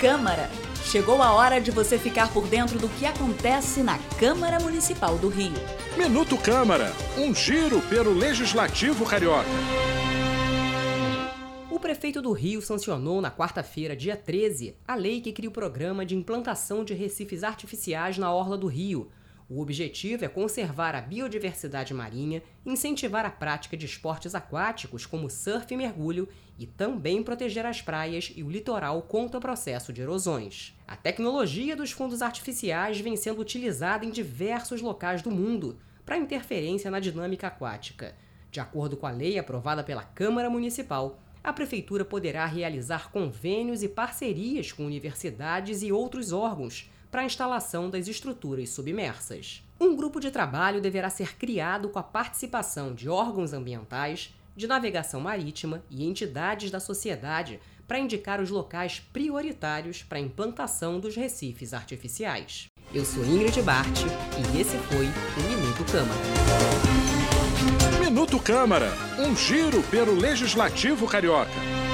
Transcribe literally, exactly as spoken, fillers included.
Câmara. Chegou a hora de você ficar por dentro do que acontece na Câmara Municipal do Rio. Minuto Câmara, um giro pelo Legislativo Carioca. O prefeito do Rio sancionou na quarta-feira, dia treze, a lei que cria o programa de implantação de recifes artificiais na orla do Rio. O objetivo é conservar a biodiversidade marinha, incentivar a prática de esportes aquáticos como surf e mergulho e também proteger as praias e o litoral contra o processo de erosões. A tecnologia dos fundos artificiais vem sendo utilizada em diversos locais do mundo para interferência na dinâmica aquática. De acordo com a lei aprovada pela Câmara Municipal, a Prefeitura poderá realizar convênios e parcerias com universidades e outros órgãos para a instalação das estruturas submersas. Um grupo de trabalho deverá ser criado com a participação de órgãos ambientais, de navegação marítima e entidades da sociedade para indicar os locais prioritários para a implantação dos recifes artificiais. Eu sou Ingrid Bart e esse foi o Minuto Câmara. Minuto Câmara, um giro pelo Legislativo Carioca.